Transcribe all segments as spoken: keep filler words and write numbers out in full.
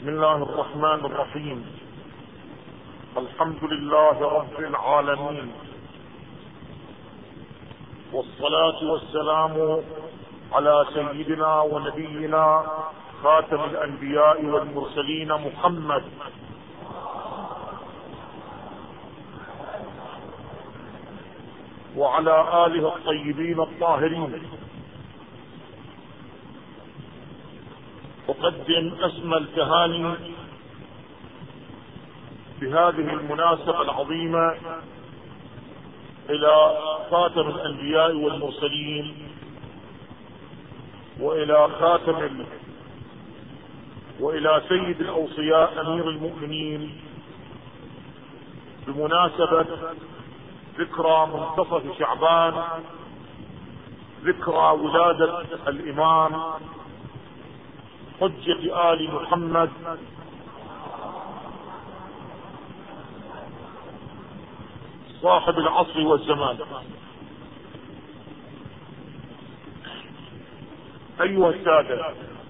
بسم الله الرحمن الرحيم. الحمد لله رب العالمين، والصلاة والسلام على سيدنا ونبينا خاتم الأنبياء والمرسلين محمد وعلى آله الطيبين الطاهرين. أقدم أسمى التهاني بهذه المناسبة العظيمة إلى خاتم الأنبياء والمرسلين وإلى خاتم ال... وإلى سيد الأوصياء أمير المؤمنين بمناسبة ذكرى منتصف شعبان، ذكرى ولادة الإمام حجة آل محمد صاحب العصر والزمان. أيها السادة،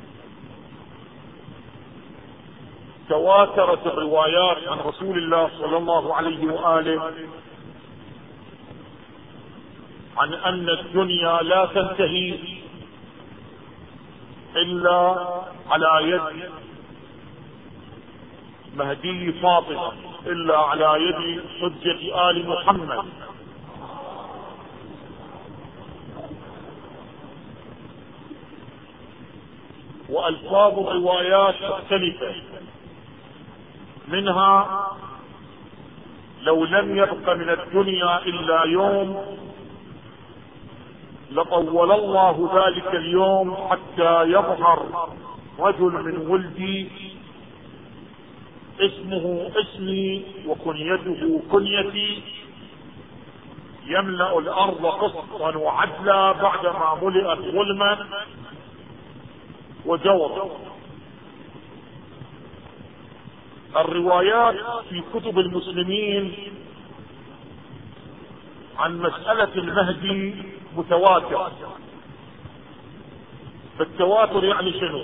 تواترت الروايات عن رسول الله صلى الله عليه وآله عن أن الدنيا لا تنتهي إلا على يد مهدي فاطمة، إلا على يد حجة آل محمد. وألفاظ الروايات مختلفة، منها لو لم يبق من الدنيا إلا يوم لطول الله ذلك اليوم حتى يظهر رجل من ولدي اسمه اسمي وكنيته كنيتي يملأ الأرض قسطا وعدلا بعدما ملئت ظلما وجورا. الروايات في كتب المسلمين عن مسألة المهدي متواتر. فالتواتر يعني شنو؟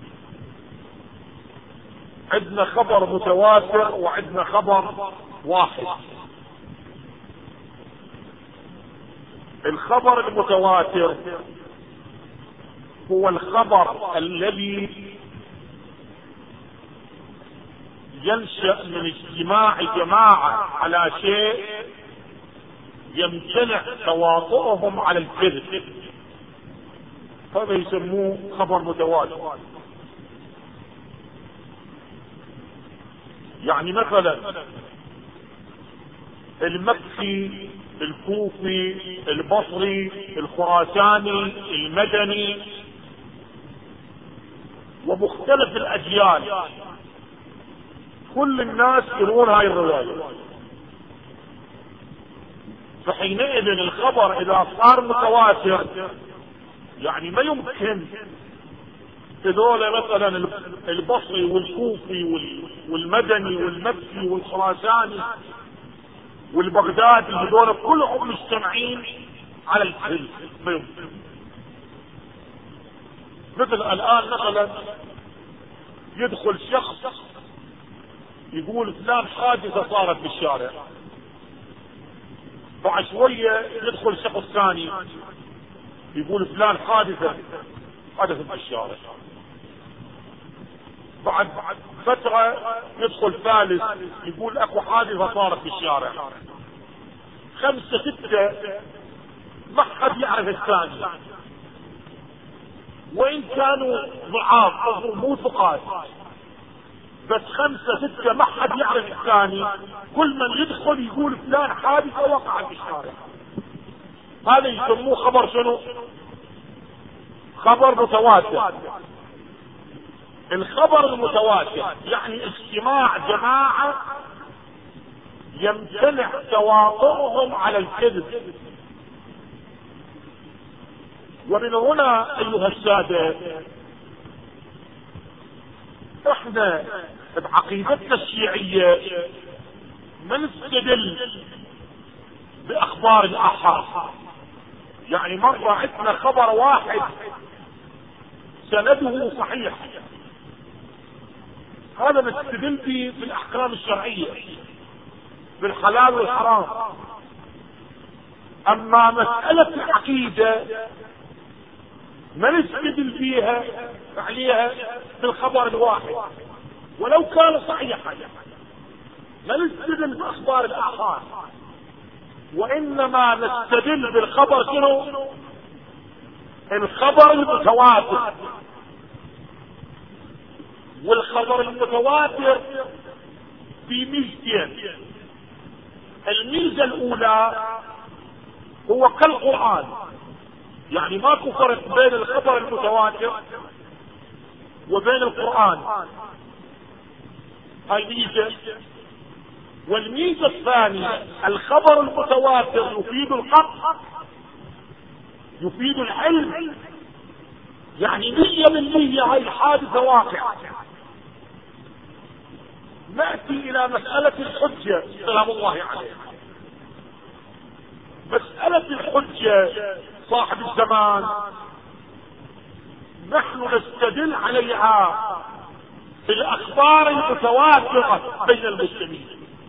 عندنا خبر متواتر وعندنا خبر واحد. الخبر المتواتر هو الخبر الذي ينشأ من اجتماع جماعة على شيء يمتنع تواطؤهم على الكذب، هذا يسموه خبر متواتر. يعني مثلا المكي، الكوفي، البصري، الخراساني، المدني، ومختلف الأجيال، كل الناس يرون هاي الرواية. فحينئذ الخبر إذا صار متواتر يعني ما يمكن هذول مثلا البصري والكوفي والمدني والمكي والخراساني والبغدادي هذول كلهم مجتمعين على الكذب، ما يمكن. مثل الآن مثلا يدخل شخص يقول فلان حادثة صارت بالشارع، بعد شوية يدخل شخص ثاني يقول فلان حادثة حدثت بالشارع، بعد فترة يدخل ثالث يقول اكو حادثة صارت بالشارع، خمسة ستة ما حد يعرف الثاني، وإن كانوا ضعاف مو ثقات، بس خمسة ستة ما حد يعرف الثاني، كل من يدخل يقول فلان حادثة وقعت بالشارع. هذا يسموه خبر شنو؟ خبر متواتر. الخبر المتواتر يعني اجتماع جماعة يمتنع تواطؤهم على الكذب. ومن هنا أيها السادة احنا بعقيدتنا الشيعية ما نستدل باخبار الاحاد. يعني مرة عندنا خبر واحد سنده صحيح، هذا نستدل به في الاحكام الشرعية بالحلال والحرام. اما مسألة العقيدة ما نستدل فيها عليها بالخبر الواحد ولو كان صحيحا، ما نستدل باخبار الاحاد، وانما نستدل بالخبر شنو؟ الخبر المتواتر. والخبر المتواتر في ميزتين. الميزة الاولى هو كالقرآن، يعني ماكو فرق بين الخبر المتواتر وبين القرآن، هاي ميزة. والميزة الثانية الخبر المتواتر يفيد القطع، يفيد العلم، يعني مية بالمية هاي الحادثة واقعة. نأتي الى مسألة الحجة سلام الله عليه. مسألة الحجة صاحب الزمان نحن نستدل عليها في الاخبار المتواترة بين المسلمين،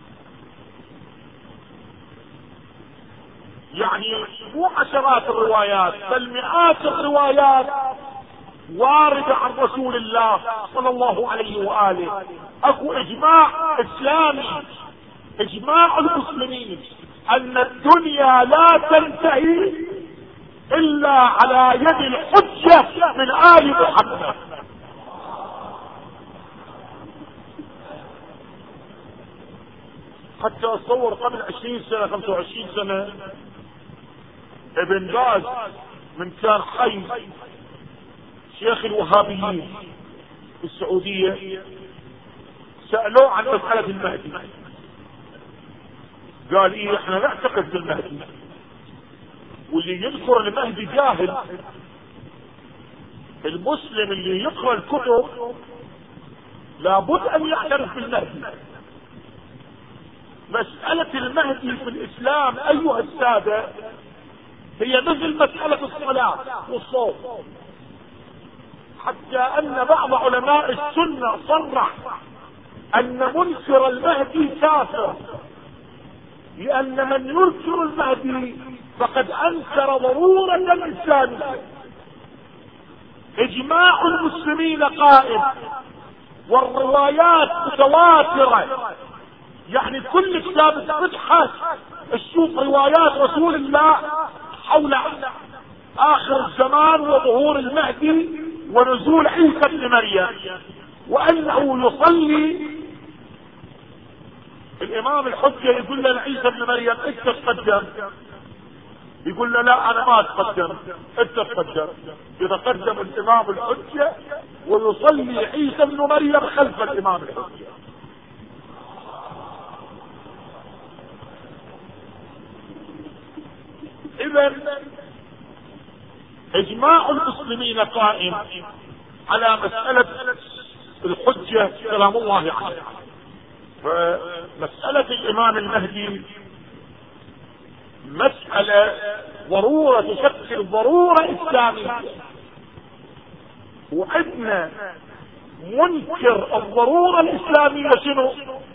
يعني مو عشرات الروايات بل مئات الروايات واردة عن رسول الله صلى الله عليه وآله. اكو اجماع اسلامي، اجماع المسلمين ان الدنيا لا تنتهي الا على يد الحجة من آل محمد. حتى اتصور قبل عشرين سنة خمسة وعشرين سنة ابن باز من كان حي شيخ الوهابيين في السعودية سألوه عن مسألة المهدي، قال ايه احنا نعتقد بالمهدي، واللي يذكر المهدي جاهل. المسلم اللي يقرأ الكتب لابد ان يعترف بالمهدي. مسألة المهدي في الاسلام ايها السادة هي مثل مسألة الصلاة والصوم، حتى ان بعض علماء السنة صرح ان منكر المهدي كافر، لان من ينكر المهدي فقد انكر ضرورة الاسلام. اجماع المسلمين قائم والروايات متواترة، يعني كل كتاب تفتحه تشوف روايات رسول الله حول اخر الزمان وظهور المهدي ونزول عيسى ابن مريم، وانه يصلي. الامام الحجة يقول له عيسى ابن مريم انت تقدم، يقول له لا انا ما اتقدم انت تقدم. يتقدم الامام الحجة ويصلي عيسى ابن مريم خلف الامام الحجة. اذا اجماع المسلمين قائم على مسألة الحجة سلام الله عليه. فمسألة الامام المهدي مسألة ضرورة تشكل ضرورة اسلامية، وعندنا منكر الضرورة الاسلامية شنو؟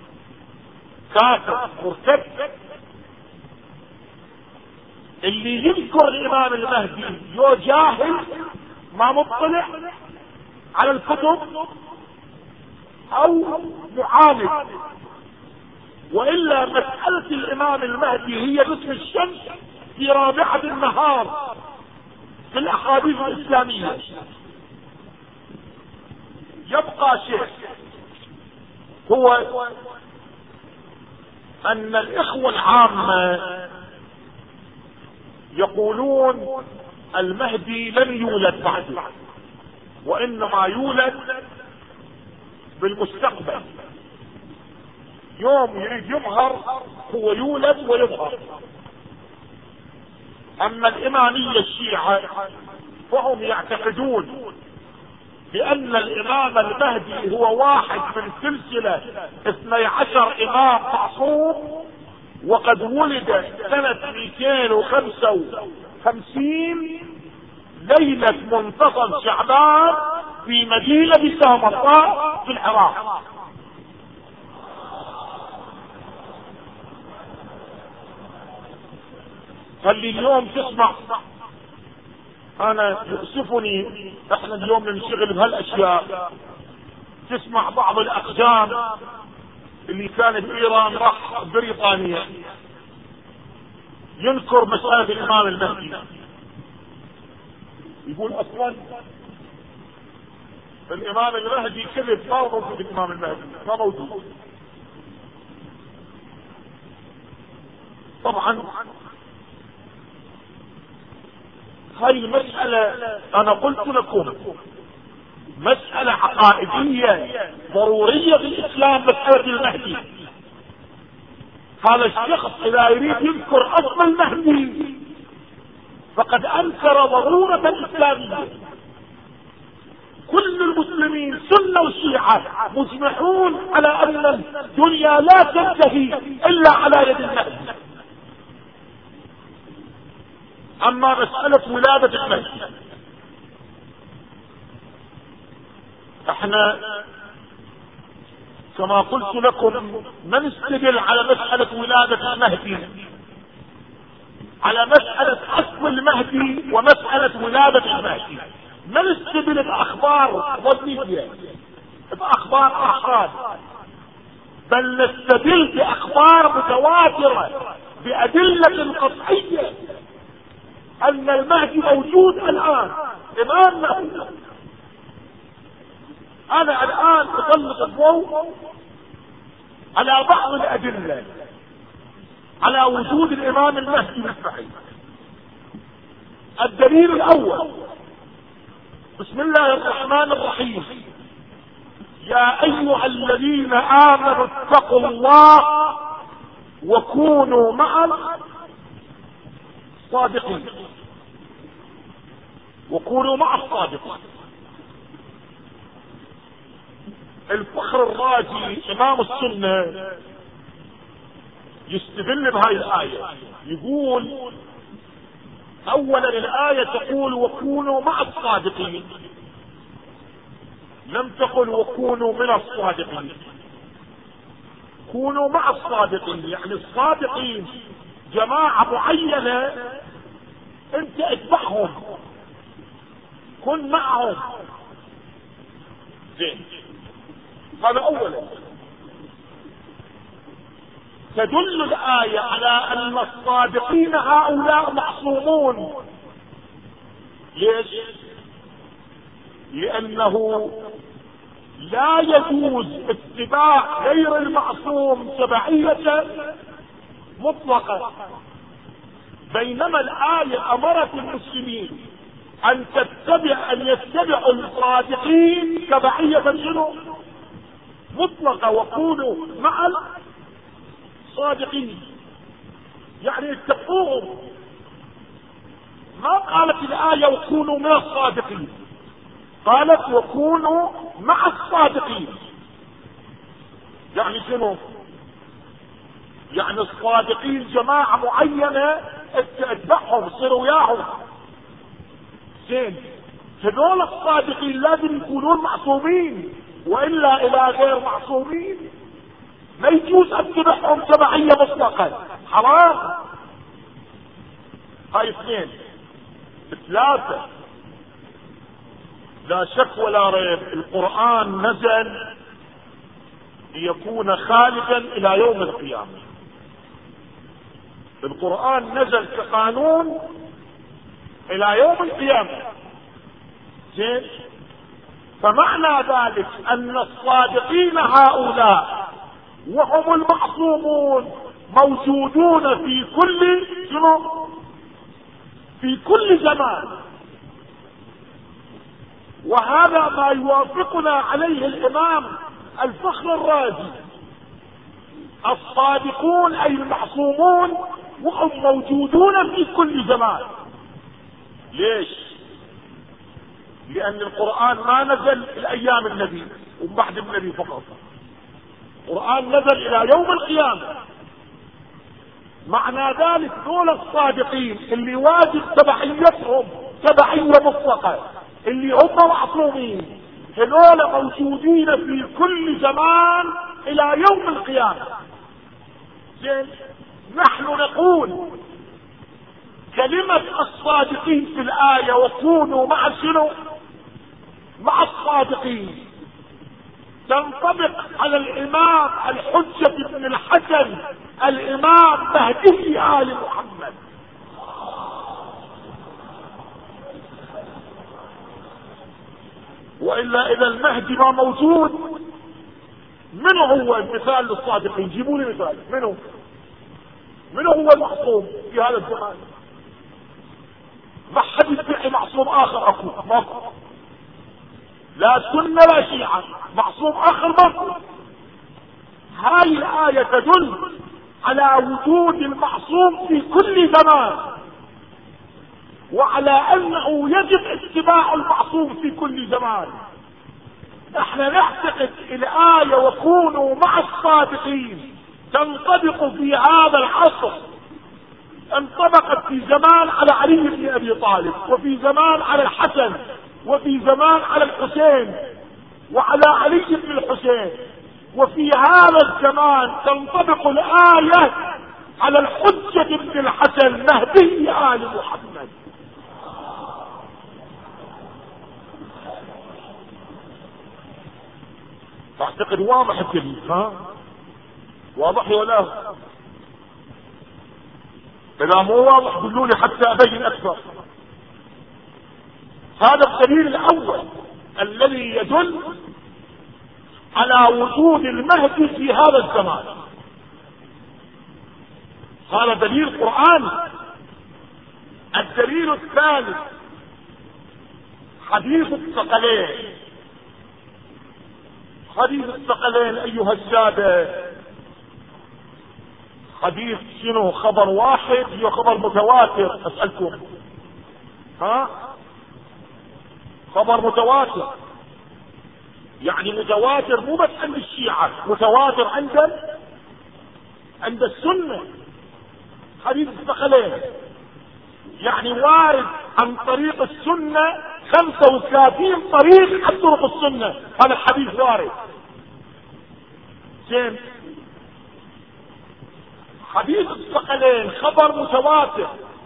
كافر مرتد. اللي يذكر الامام المهدي يو جاهل ما مطلع على الكتب او معاند، والا مسألة الامام المهدي هي مثل الشمس في رابعة النهار في الاحاديث الاسلامية. يبقى شيء هو ان الاخوة العامة يقولون المهدي لن يولد بعده، وانما يولد بالمستقبل. يوم يريد يظهر هو يولد ويظهر. اما الامامية الشيعة فهم يعتقدون بان الامام المهدي هو واحد من سلسلة اثني عشر امام معصوم، وقد ولد سنة مئتين وخمسة وخمسين ليلة منتصف شعبان في مدينة سامراء في العراق. قال لي اليوم تسمع، انا يؤسفني احنا اليوم ننشغل بهالاشياء، تسمع بعض الاقدام اللي كانت بايران راح بريطانيا ينكر مسألة الامام المهدي، يقول اصلا الامام المهدي كذب، ما موجود الامام المهدي، ما موجود. طبعا هاي المسألة انا قلت لكم مسألة عقائدية ضرورية في الاسلام، مسألة المهدي. هذا الشخص اذا يريد يذكر اصل المهدي فقد انكر ضرورة الاسلامية. كل المسلمين سنة وشيعة مجمعون على ان الدنيا لا تنتهي الا على يد المهدي. اما مسألة ولادة المهدي احنا كما قلت لكم ما نستدل على مسألة ولادة المهدي على مسألة اصل المهدي ومسألة ولادة المهدي، ما نستدل باخبار ظنية باخبار احاد، بل نستدل باخبار متواترة بادلة قطعية ان المهدي موجود الان امامنا. انا الان اسلط الضوء على بعض الادلة على وجود الامام المهدي بالفعل. الدليل الاول، بسم الله الرحمن الرحيم، يا ايها الذين امنوا اتقوا الله وكونوا مع الصادقين، وكونوا مع الصادقين. الفخر الرازي امام السنة يستدل بهاي الآية، يقول اولا الآية تقول وكونوا مع الصادقين، لم تقل وكونوا من الصادقين. كونوا مع الصادقين يعني الصادقين جماعة معينة انت اتبعهم، كن معهم. زين، هذا اولا. تدل الآية على ان الصادقين هؤلاء معصومون. ليش؟ لانه لا يجوز اتباع غير المعصوم تبعية مطلقة، بينما الآية امرت المسلمين ان تتبع ان يتبعوا الصادقين تبعية شنو؟ مطلقة. وكونوا مع الصادقين يعني اتقوهم. ما قالت الآية وكونوا من الصادقين، قالت وكونوا مع الصادقين. يعني شنو؟ يعني الصادقين جماعة معينة اتبعهم، صيروا وياهم. زين، هذول الصادقين لازم يكونون معصومين، والا الى غير معصومين ما يجوز اتبعهم تبعية مطلقة، حرام. هاي اثنين. ثلاثة، لا شك ولا ريب القرآن نزل ليكون خالدا الى يوم القيامة. القرآن نزل كقانون الى يوم القيامة. زين، فمعنى ذلك ان الصادقين هؤلاء وهم المعصومون موجودون في كل شنو؟ في كل زمان. وهذا ما يوافقنا عليه الامام الفخر الرازي. الصادقون اي المعصومون وهم موجودون في كل زمان. ليش؟ لان القرآن ما نزل الايام النبي وبعد النبي فقط، القرآن نزل الى يوم القيامة. معنى ذلك دول الصادقين اللي واجب تبعيتهم تبعية مطلقة، اللي هم معصومين، هذول موجودين في كل زمان الى يوم القيامة. زين، نحن نقول كلمة الصادقين في الآية وكونوا مع شنو؟ مع الصادقين، تنطبق على الإمام الحجة بن الحسن الإمام مهدي آل محمد. وإلا إذا المهدي ما موجود، من هو المثال للصادقين؟ جيبوا لي مثال. منه منه هو المعصوم في هذا الزمان؟ ما حد يدعي معصوم آخر. أكو ماكو، لا سنة لا شيعة، معصوم آخر ماكو. هاي الآية تدل على وجود المعصوم في كل زمان، وعلى أنه يجب اتباع المعصوم في كل زمان. احنا نعتقد الآية وكونوا مع الصادقين تنطبق في هذا العصر، انطبقت في زمان على علي بن ابي طالب، وفي زمان على الحسن، وفي زمان على الحسين وعلى علي بن الحسين، وفي هذا الزمان تنطبق الآية على الحجة بن الحسن مهدي آل محمد. تعتقد واضح الدليل؟ ها واضح ولا؟ اذا مو واضح قولوا لي حتى ابين اكثر. هذا الدليل الاول الذي يدل على وجود المهدي في هذا الزمان. هذا دليل قرآن. الدليل الثالث حديث الثقلين. حديث الثقلين ايها السادة حديث شنو؟ خبر واحد هي خبر متواتر. اسألكم، ها خبر متواتر يعني متواتر مو بس عند الشيعة، متواتر عند عند السنة. حديث الثقلين يعني وارد عن طريق السنة خمسة وثلاثين طريق عن طرق السنة. هذا الحديث وارد. زين، حديث الثقلين خبر متواتر.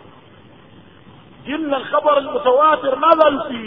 قلنا الخبر المتواتر ماذا يفيد؟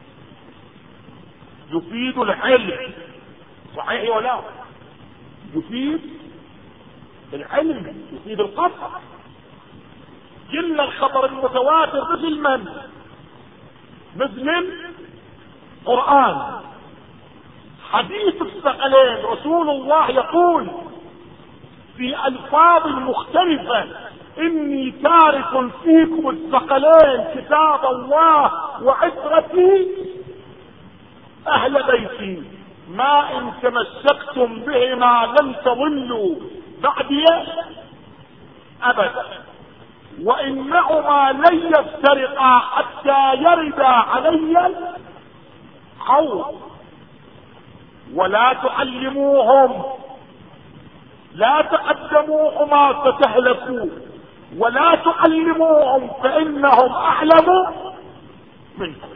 يفيد العلم، صحيح ولا؟ يفيد العلم، يفيد القطع. قلنا الخبر المتواتر مثل من؟ مثل القرآن. حديث الثقلين رسول الله يقول في ألفاظ مختلفة إني تارك فيكم الثقلين كتاب الله وعترتي أهل بيتي ما إن تمسكتم بهما لن تضلوا بعدي أبدا وإنهما لن يفترقا حتى يردا علي الحوض ولا تعلموهم، لا تقدموهما فتهلكوا ولا تعلموهم فإنهم أعلم منكم.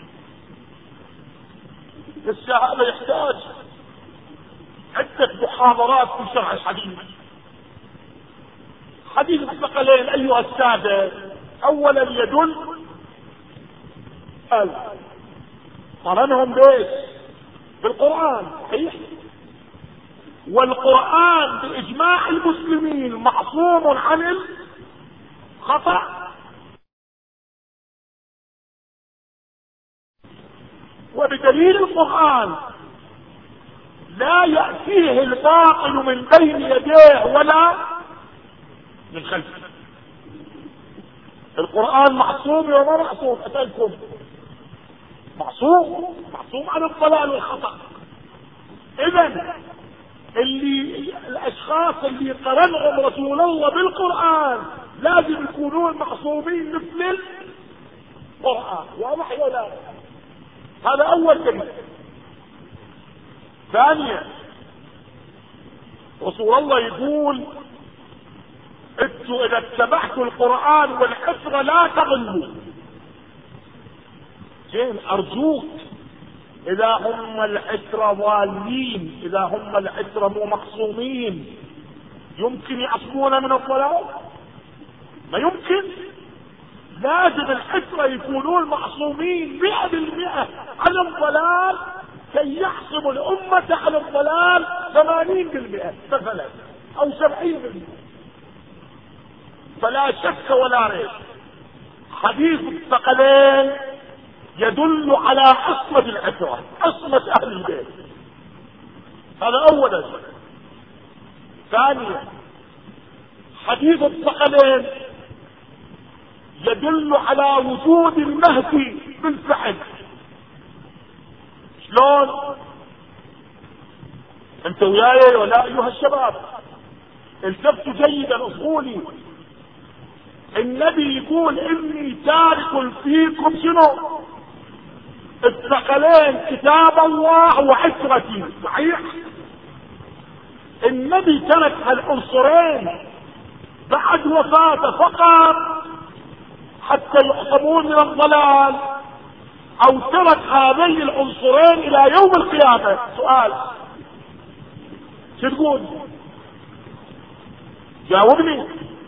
لسه هذا يحتاج عدة محاضرات في شرح الحديث. حديث الثقلين أيها السادة أولا يدل قرنهم بيش بالقرآن، صحيح؟ والقرآن بإجماع المسلمين معصوم عن الخطأ، وبدليل القرآن لا يأتيه الباطل من بين يديه ولا من خلفه. القرآن معصوم ولا معصوم؟ أسألكم، معصوم معصوم عن الضلال والخطأ. إذن اللي الأشخاص اللي قرنهم رسول الله بالقرآن لازم يكونون معصومين مثل القرآن. واضح ولا؟ هذا أول دليل. ثانيا رسول الله يقول انتوا اذا اتبعتوا القرآن والحسرة لا تضلوا. زين، ارجوك اذا هم الحسرة ضالين، اذا هم الحسرة مو مقصومين، يمكن يعصمون من الضلال؟ ما يمكن. لازم الحترة يكونون معصومين مئة بالمئة عن الضلال كي يحسموا الأمة عن الضلال ثمانين بالمئة مثلا أو سبعين بالمئة. فلا شك ولا ريب حديث الثقلين يدل على عصمة العترة، عصمة أهل البيت. هذا أولا. ثانيا حديث الثقلين يدل على وجود المهدي بالفعل. شلون؟ انت وياي ولا ايها الشباب؟ التفتوا جيدا اصغوني. النبي يقول اني تارك فيكم شنو؟ الثقلين كتاب الله وعترتي. صحيح؟ النبي ترك هالعنصرين بعد وفاته فقط حتى يعصمون من الضلال، او ترك هذين العنصرين الى يوم القيامة؟ سؤال، شو تقول؟ جاوبني.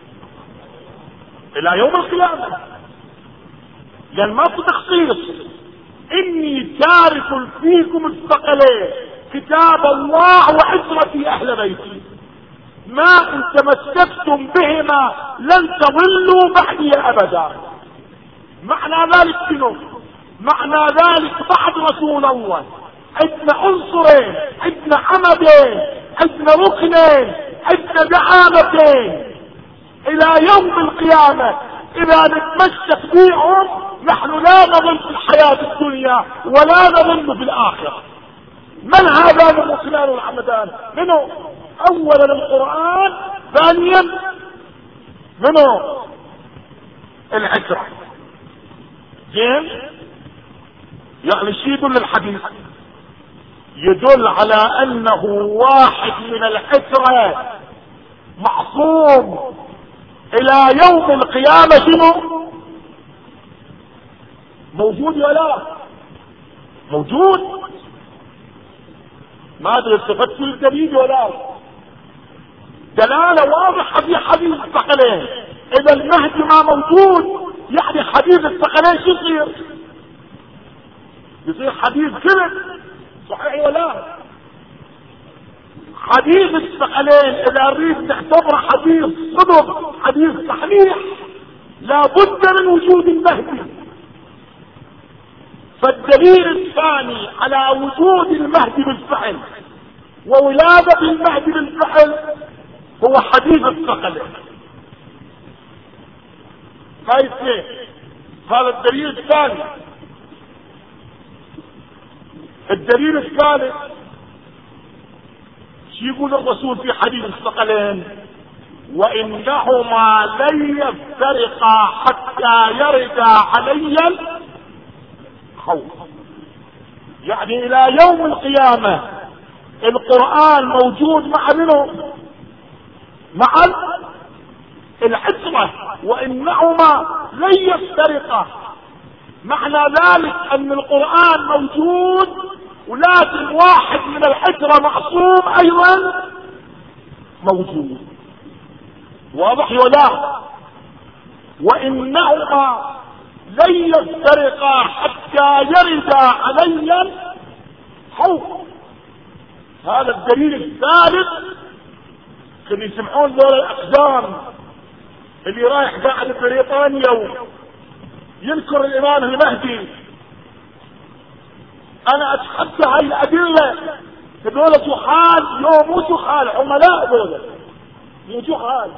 الى يوم القيامة، لان ما في تخصيص. اني تارك فيكم الثقلين كتاب الله وعترتي اهل بيتي، ما ان تمسكتم بهما لن تضلوا بعدي ابدا. معنى ذلك شنو؟ معنى ذلك بعد رسول الله عندنا عنصرين، عندنا عمدين، عندنا ركنين، عندنا دعامتين الى يوم القيامة. اذا نتمسك بهم نحن لا نظن في الحياة الدنيا ولا نظن في الاخرة. من هذان الركنان والعمدان؟ منو؟ اولا القرآن، ثانيا منو؟ العترة. زين؟ يعني شي يدل الحديث؟ يدل على انه واحد من العترة معصوم الى يوم القيامة. شنو؟ موجود ولا موجود؟ ما ادري استفدت من الدليل ولا دلالة واضحة في حديث الثقلين. اذا المهدي ما موجود يعني حديث الثقلين شو يصير؟ يصير حديث كذب. صحيح ولا؟ حديث الثقلين اذا اريد نعتبره حديث صدق، حديث صحيح، لا بد من وجود المهدي. فالدليل الثاني على وجود المهدي بالفعل وولادة المهدي بالفعل هو حديث الثقلين. طيب ليه؟ هذا الدليل الثاني. الدليل الثالث شو يقول الرسول في حديث الثقلين؟ وإنهما لن يفترقا حتى يردا علي الخوف. يعني إلى يوم القيامة القرآن موجود مع منه؟ مع العترة. وإنهما لن يفترقا، معنى ذلك أن القرآن موجود ولكن واحد من العترة معصوم أيضا موجود. واضح ولا؟ وإنهما لن يفترقا حتى يردا علي الخوف. هذا الدليل الثالث. اللي يسمعون دول الأقدام اللي رايح قاعد بريطانيا ينكر الإمام المهدي، أنا أتحدى هاي الأدلة. دولة جحال، يوم مو جحال، عملاء دولة مو جحال.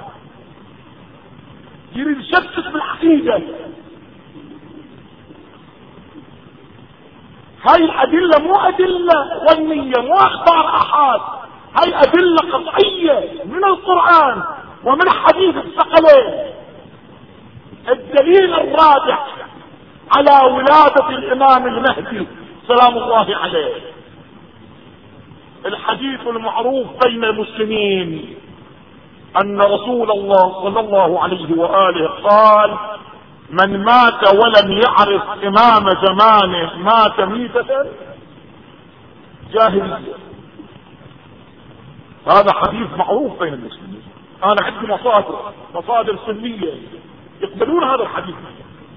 يريد يشكك بالعقيدة. هاي الأدلة مو أدلة ظنية، مو أخبار أحاد، هاي أدلة قطعية من القرآن ومن حديث الثقلين. الدليل الرابع على ولادة الإمام المهدي سلام الله عليه الحديث المعروف بين المسلمين أن رسول الله صلى الله عليه وآله قال: من مات ولم يعرف إمام زمانه مات ميتة جاهلية. هذا حديث معروف بين المسلمين. أنا عندي مصادر مصادر سنية يقبلون هذا الحديث.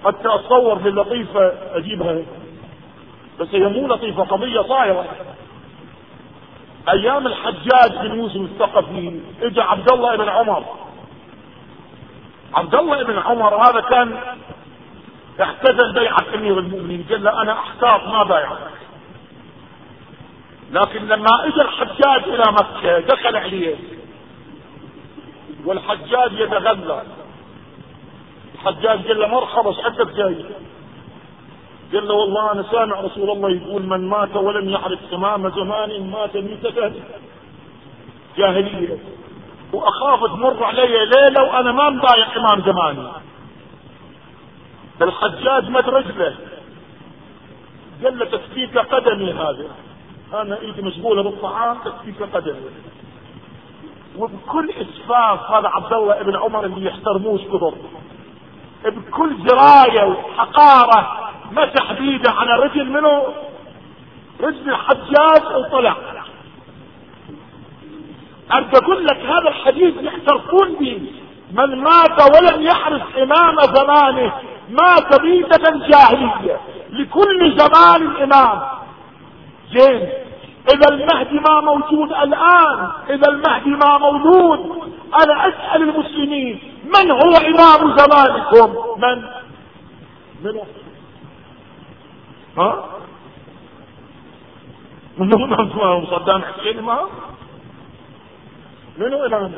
حتى اتصور باللطيفة اجيبها، بس هي مو لطيفة، قضية صايرة. ايام الحجاج بن يوسف الثقفي اجى عبد الله بن عمر. عبد الله بن عمر هذا كان اعتزل بيعة امير المؤمنين، قال له انا احتاط ما بايعك. لكن لما اجى الحجاج الى مكة دخل عليه والحجاج يتغلى. الحجاج قال له مرحبا شحدك جاي؟ قال له والله انا سامع رسول الله يقول من مات ولم يعرف امام زمان مات ميتة جاهلية، واخاف تمر علي ليلة وانا ما مضايق امام زماني. الحجاج مد رجله قال له تكفيك قدمي، هذا انا ايدي مشغولة بالطعام تكفيك قدمي. وبكل اسفاف هذا عبد الله ابن عمر اللي يحترموش كثر، بكل جراية وحقارة مسح بيده على رجل منه رجل الحجاج وطلع. ارجع اقول لك هذا الحديث يحترقون به، من مات ولم يحرص امام زمانه مات ميتة جاهلية. لكل زمان امام. زين اذا المهدي ما موجود الان، اذا المهدي ما موجود، انا اسأل المسلمين من هو امام زمانكم؟ من من ها من هو امام صدام حسين؟ ما من هو امام؟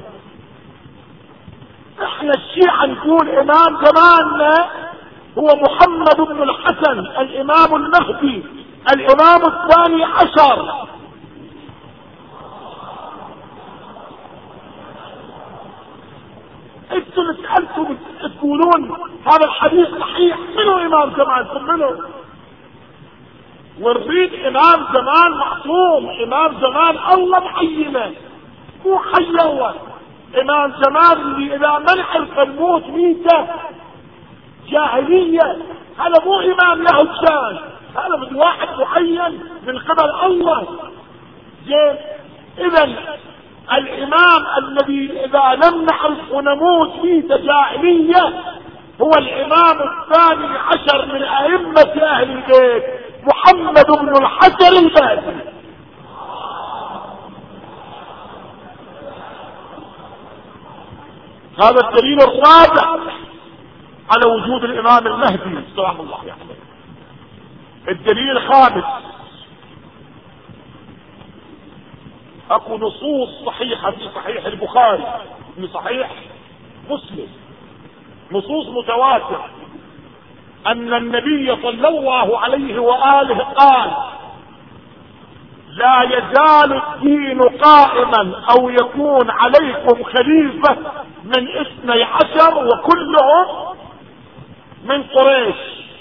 احنا الشيعة نقول امام زماننا هو محمد بن الحسن الامام المهدي الامام الثاني عشر. انتوا اللي سألتوا تقولون هذا الحديث صحيح، منو امام زمانكم؟ منو؟ ونريد امام زمان معصوم، امام زمان الله معينه مو حيوه. امام زمان اللي اذا منع الموت ميته جاهليه، هذا مو امام له الشان، هذا من واحد معين من قبل الله. زين اذا الامام الذي اذا لم نعرف ونموت ميته جاهليه هو الامام الثاني عشر من ائمه اهل البيت محمد بن الحسن المهدي. هذا الدليل الرابع على وجود الامام المهدي سلام الله عليه. الدليل الخامس، اكو نصوص صحيحة في صحيح البخاري في صحيح مسلم، نصوص متواترة ان النبي صلى الله عليه وآله قال لا يزال الدين قائما او يكون عليكم خليفة من اثني عشر وكلهم من قريش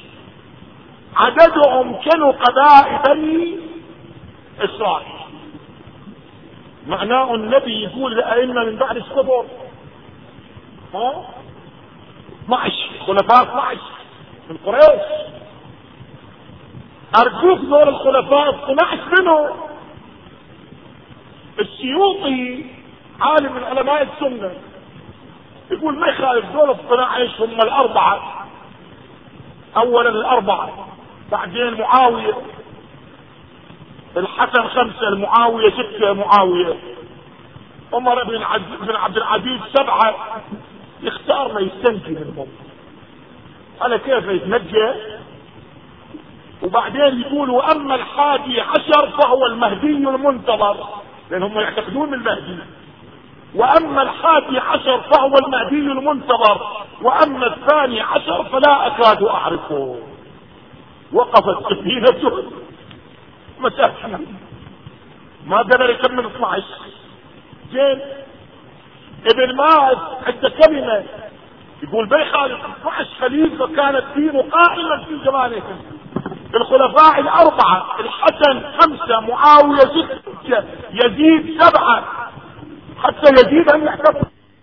عددهم كنقباء بني اسرائيل. معناه النبي يقول لأئمة من بعد الكبر ها اثني عشر خلفاء اثني عشر من قريش. ارجوك دول الخلفاء اثني عشر منه. السيوطي عالم من علماء السنة يقول ما يخالف دول اثني عشر هم الاربعة، اولا الاربعة، بعدين معاوية، الحسن خمسة، المعاوية ستة، معاوية عمر بن بن عبد العزيز سبعة. يختار ما يستنجي منهم على كيف يتنجى. وبعدين يقول واما الحادي عشر فهو المهدي المنتظر، لانهم يعتقدون بالمهدي. واما الحادي عشر فهو المهدي المنتظر، واما الثاني عشر فلا اكاد اعرفه. وقفت سفينته مسافة ما قدر يكمل اثني عشر. زين ابن ماعز عنده كلمة يقول بيخالف اثني عشر خليفة كان الدين قائما في زمانهم. الخلفاء الاربعة الحسن خمسة، معاوية ستة، يزيد سبعة، حتى يزيد ان يحتفظ.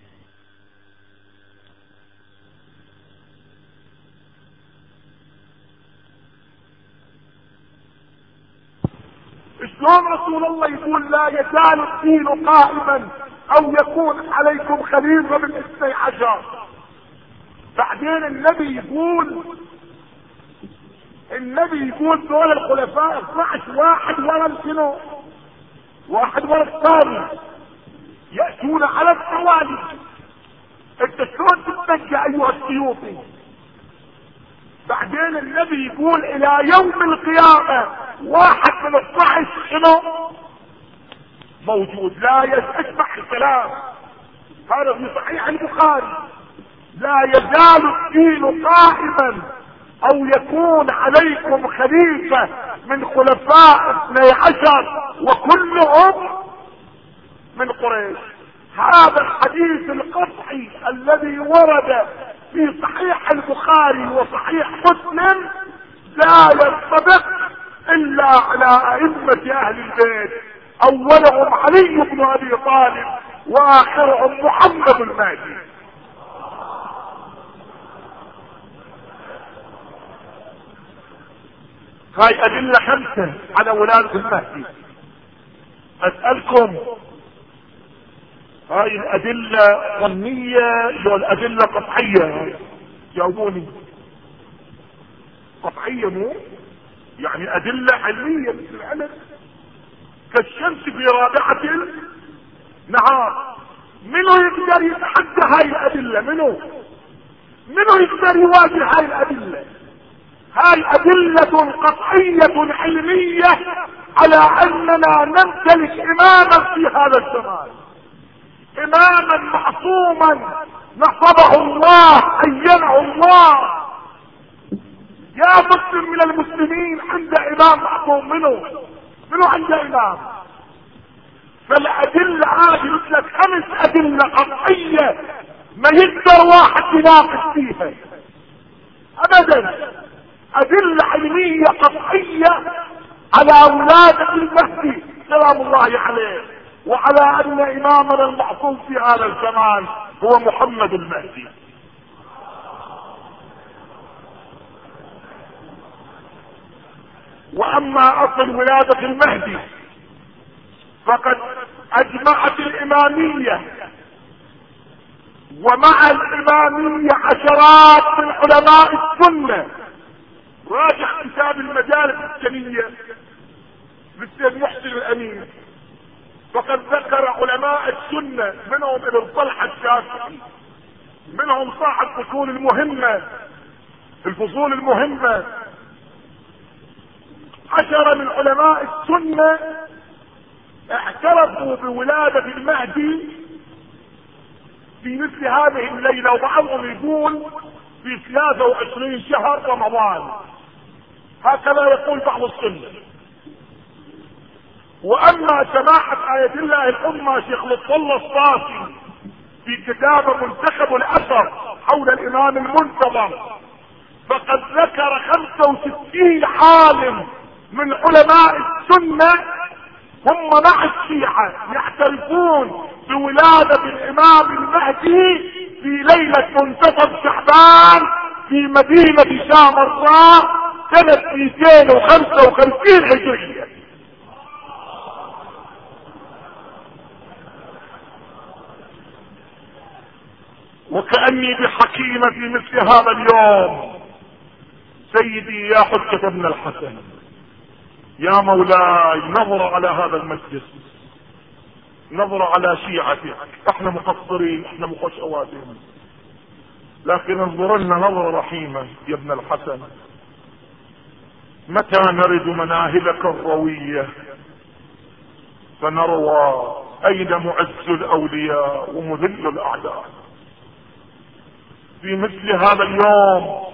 شلون رسول الله يقول لا يزال الدين قائما او يكون عليكم خليفة من اثني عشر؟ بعدين النبي يقول النبي يقول دول الخلفاء اثنا عشر واحد ورا شنو؟ واحد ورا الثاني يأتون على التوالي. انت شلون تتنجى ايها السيوطي؟ بعدين النبي يقول الى يوم القيامة واحد من اثنا عشر شنو موجود لا يسمع الكلام. هذا في صحيح البخاري. لا يزال الدين قائما او يكون عليكم خليفة من خلفاء اثني عشر وكلهم من قريش. هذا الحديث القطعي الذي ورد في صحيح البخاري وصحيح مسلم لا ينطبق الا على ائمة اهل البيت، اولهم علي بن ابي طالب واخرهم محمد المهدي. هاي ادلة خمسة على ولادة المهدي. اسألكم هاي الادلة ظنية ولا الادلة قطعية؟ جاوبوني. قطعية مو يعني ادلة علمية مثل العلم كالشمس في رابعة النهار. منو يقدر يتحدى هاي الادلة؟ منو منو يقدر يواجه هاي الادلة؟ هاي ادلة قطعية علمية على اننا نمتلك اماما في هذا الزمان، اماما معصوما نصبه الله عينه الله. يا مسلم من المسلمين عنده امام معصوم. منه منه عنده امام. فالادلة هذه مثل خمس ادلة قطعية ما يقدر واحد يناقش فيها ابدا. ادلة علمية قطعية على ولادة المهدي سلام الله عليه، وعلى ان امامنا المعصوم في هذا الزمان هو محمد المهدي. واما اصل ولادة المهدي فقد اجمعت الامامية، ومع الامامية عشرات من علماء السنة. راجع كتاب المجالس السنية للسيد محسن الامين، فقد ذكر علماء السنة منهم ابن طلحة الشافعي، منهم صاحب فصول المهمة الفصول المهمة عشرة من علماء السنة اعترفوا بولادة المهدي في مثل هذه الليلة، وبعضهم يقول في ثلاثة وعشرين شهر رمضان، هكذا يقول بعض السنة. واما سماحة آية الله الامة شيخ لطف الله الصافي في كتابه منتخب الاثر حول الامام المنتظر فقد ذكر خمسة وستين عالم من علماء السنة هم مع الشيعة يعترفون بولادة الامام المهدي في ليلة منتصف شعبان في مدينة شامراء سنة مئتين وخمسة وخمسين هجرية. وكأني بحكيمة في مثل هذا اليوم سيدي يا حجة ابن الحسن يا مولاي، نظر على هذا المسجد، نظر على شيعتك. احنا مقصرين، احنا مخشواتهم، لكن انظر لنا نظرة رحيمة يا ابن الحسن. متى نرد مناهلك الروية فنروى اين معز الاولياء ومذل الاعداء. في مثل هذا اليوم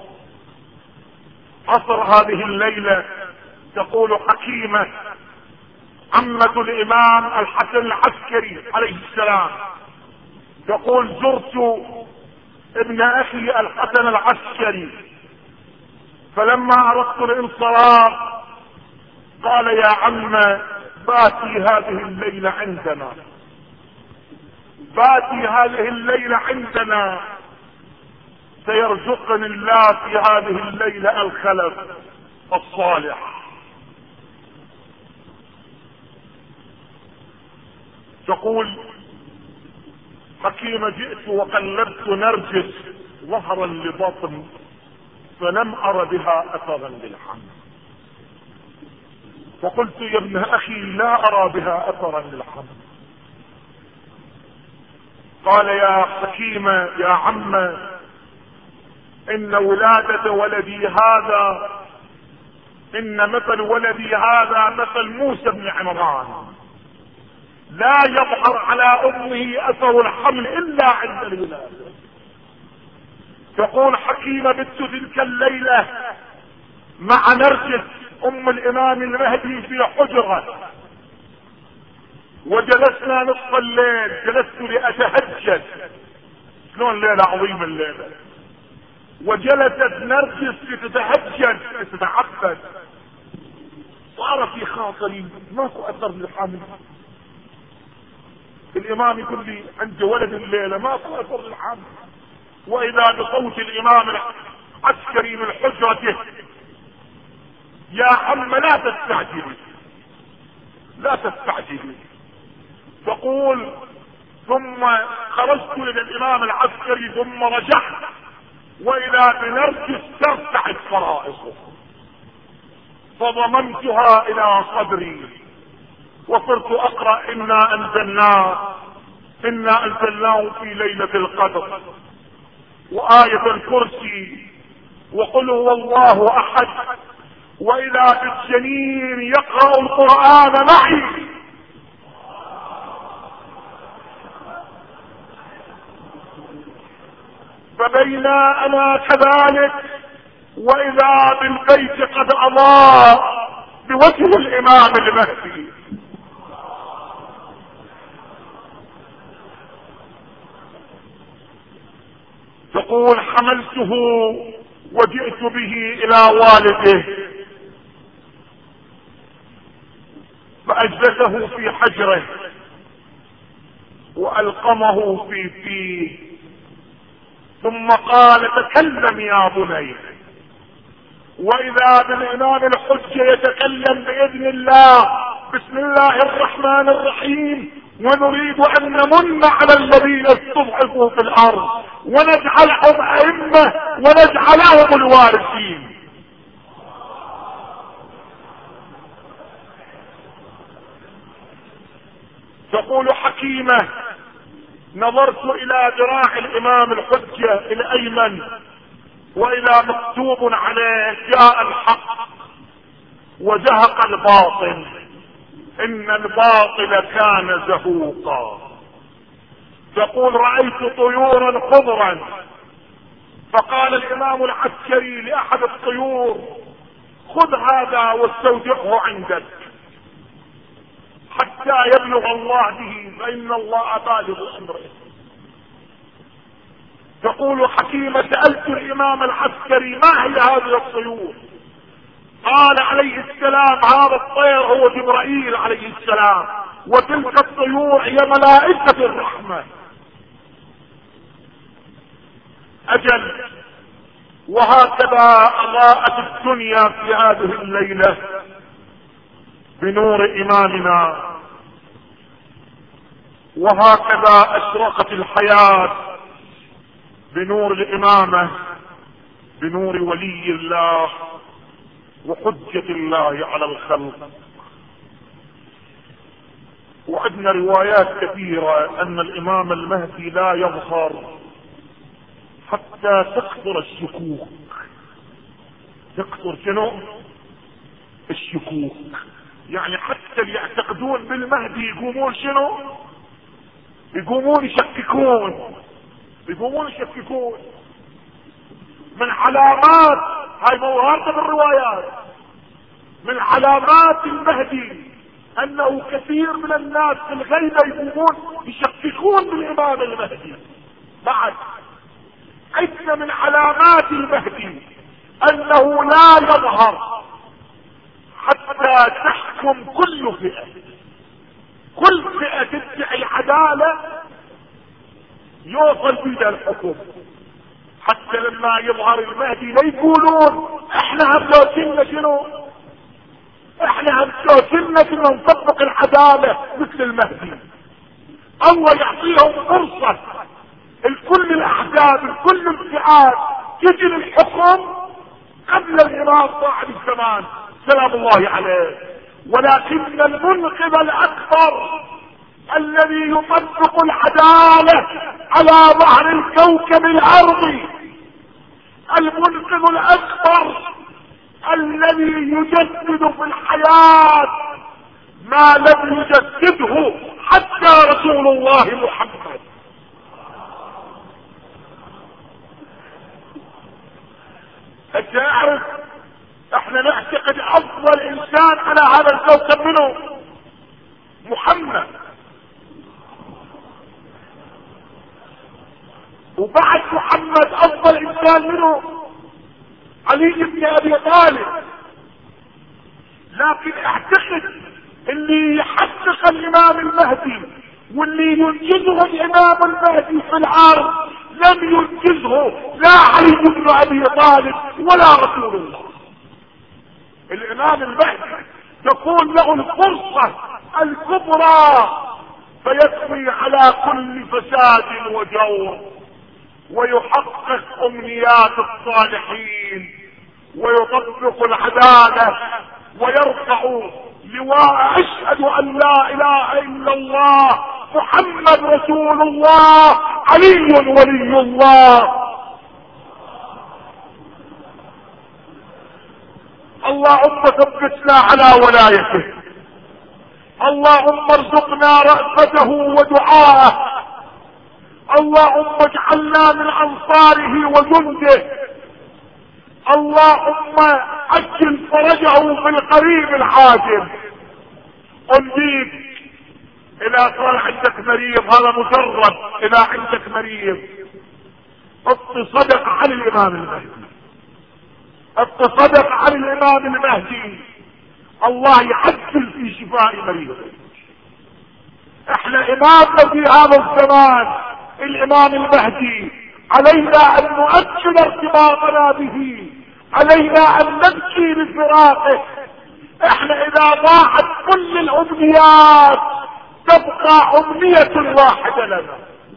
عصر هذه الليلة تقول حكيمة عمة الامام الحسن العسكري عليه السلام، تقول زرت ابن اخي الحسن العسكري فلما اردت الانصراف قال يا عم باتي هذه الليلة عندنا، باتي هذه الليلة عندنا سيرزقني الله في هذه الليلة الخلف الصالح. تقول حكيمة جئت وقلبت نرجس ظهرا لبطن فلم أر بها أثرا للحمل. فقلت يا ابن أخي لا أرى بها أثرا للحمل. قال يا حكيم يا عم إن ولادة ولدي هذا إن مثل ولدي هذا مثل موسى بن عمران، لا يظهر على أمه أثر الحمل إلا عند الولادة. تقول حكيمة بنت تلك الليلة مع نرجس أم الإمام المهدي في حجرة، وجلسنا نصف الليل، جلست لأتهجد. شلون ليلة عظيمة الليلة، وجلست نرجس لتتهجد تتعبد. صار في خاطري ماكو أثر للحمل. الإمام يقول لي عند ولد الليلة ماكو أثر للحمل، وإذا بصوت الإمام العسكري من حجرته يا عم لا تستعجلي لا تستعجلي. تقول ثم خرجت إلى الإمام العسكري ثم رجعت وإذا بنرجس ترتعد فرائصه، فضممتها إلى صدري وصرت أقرأ إنا أنزلناه إنا أنزلناه في ليلة القدر وآية الكرسي وقل هو الله أحد، وإذا بالجنين يقرأ القرآن معي. فبينا أنا كذلك وإذا بالبيت قد أضاء بوجه الإمام المهدي. تقول حملته وجئت به إلى والده فأجلسه في حجره وألقمه في فيه ثم قال تكلم يا بني. وإذا بالإمام الحجة يتكلم بإذن الله بسم الله الرحمن الرحيم ونريد أن نمن على الذين استضعفوا في الأرض ونجعلهم أئمة ونجعلهم الوارثين. تقول حكيمة نظرت إلى ذراع الإمام الحجة الأيمن وإذا مكتوب عليه جاء الحق وزهق الباطل إن الباطل كان زهوقا. تقول رأيت طيورا خضرا فقال الإمام العسكري لأحد الطيور خذ هذا واستودعه عندك حتى يبلغ الله به فإن الله بالغ أمره. تقول حكيمة سألت الإمام العسكري ما هي هذه الطيور؟ قال عليه السلام هذا الطير هو جبرائيل عليه السلام وتلك الطيور هي ملائكة الرحمة. أجل وهكذا أضاءت الدنيا في هذه الليلة بنور إمامنا، وهكذا أشرقت الحياة بنور الإمامة بنور ولي الله وحجة الله على الخلق. وعندنا روايات كثيرة أن الإمام المهدي لا يظهر حتى تكثر الشكوك. تكثر شنو؟ الشكوك. يعني حتى اللي يعتقدون بالمهدي يقومون شنو؟ يقومون يشككون يقومون يشككون. من علامات هاي موارده بالروايات من علامات المهدي انه كثير من الناس في الغيبة يقومون يشككون بالامام المهدي. بعد عدنا من علامات المهدي انه لا يظهر حتى تحكم كل فئة كل فئة تدعي العدالة يوصل بيد الحكم. حتى لما يظهر المهدي لا يقولون احنا همدوشنا شنو احنا همدوشنا كنا نطبق العدالة مثل المهدي. الله يعطيهم فرصة الكل الاحزاب الكل الفئات تجي للحكم قبل الامام صاحب الزمان سلام الله عليه، ولكن المنقذ الاكبر الذي يطبق العدالة على ظهر الكوكب الارضي، المنقذ الاكبر الذي يجدد في الحياة ما لم يجدده حتى رسول الله محمد. تعرف احنا نعتقد افضل انسان على هذا الكوكب منه محمد، وبعد محمد افضل انسان منه علي بن ابي طالب. لكن اعتقد اللي يحقق الامام المهدي واللي ينجزه الامام المهدي في الارض لم ينجزه لا علي بن ابي طالب ولا رسول الله. الامام المهدي تكون له الفرصة الكبرى فيكفي على كل فساد وجور ويحقق امنيات الصالحين ويطبق العدالة ويرفع لواء اشهد ان لا اله الا الله محمد رسول الله علي ولي الله. اللهم ثبتنا على ولايته، اللهم ارزقنا رأفته ودعاءه، اللهم اجعلنا من انصاره وجنده، اللهم اجل فرجه في القريب العاجل. قل بيك اذا كان عندك مريض، هذا مجرد اذا عندك مريض اتصدق عن الامام المهدي، اتصدق عن الامام المهدي، الله يعجل في شفاء مريضك. احنا امامنا في هذا الزمان الامام المهدي، علينا ان نؤكد ارتباطنا به، علينا ان نبكي لفراقه. احنا اذا ضاعت كل الامنيات تبقى امنية واحدة لنا،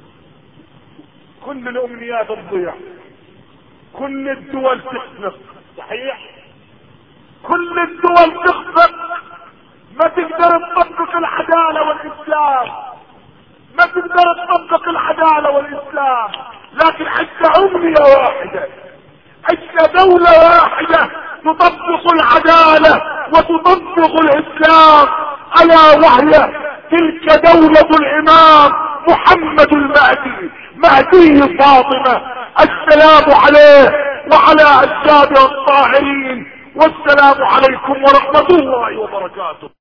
كل الامنيات تضيع، كل الدول تخفق، صحيح؟ كل الدول تخفق، ما تقدر تطبق العدالة والاسلام، ما تقدر تطبق العدالة والاسلام، لكن عندنا امنية واحدة، عندنا دولة واحدة تطبق العدالة وتطبق الاسلام، الا وهي تلك دولة الامام محمد المهدي مهدي فاطمة، السلام عليه وعلى اجداده الطاهرين، والسلام عليكم ورحمة الله وبركاته.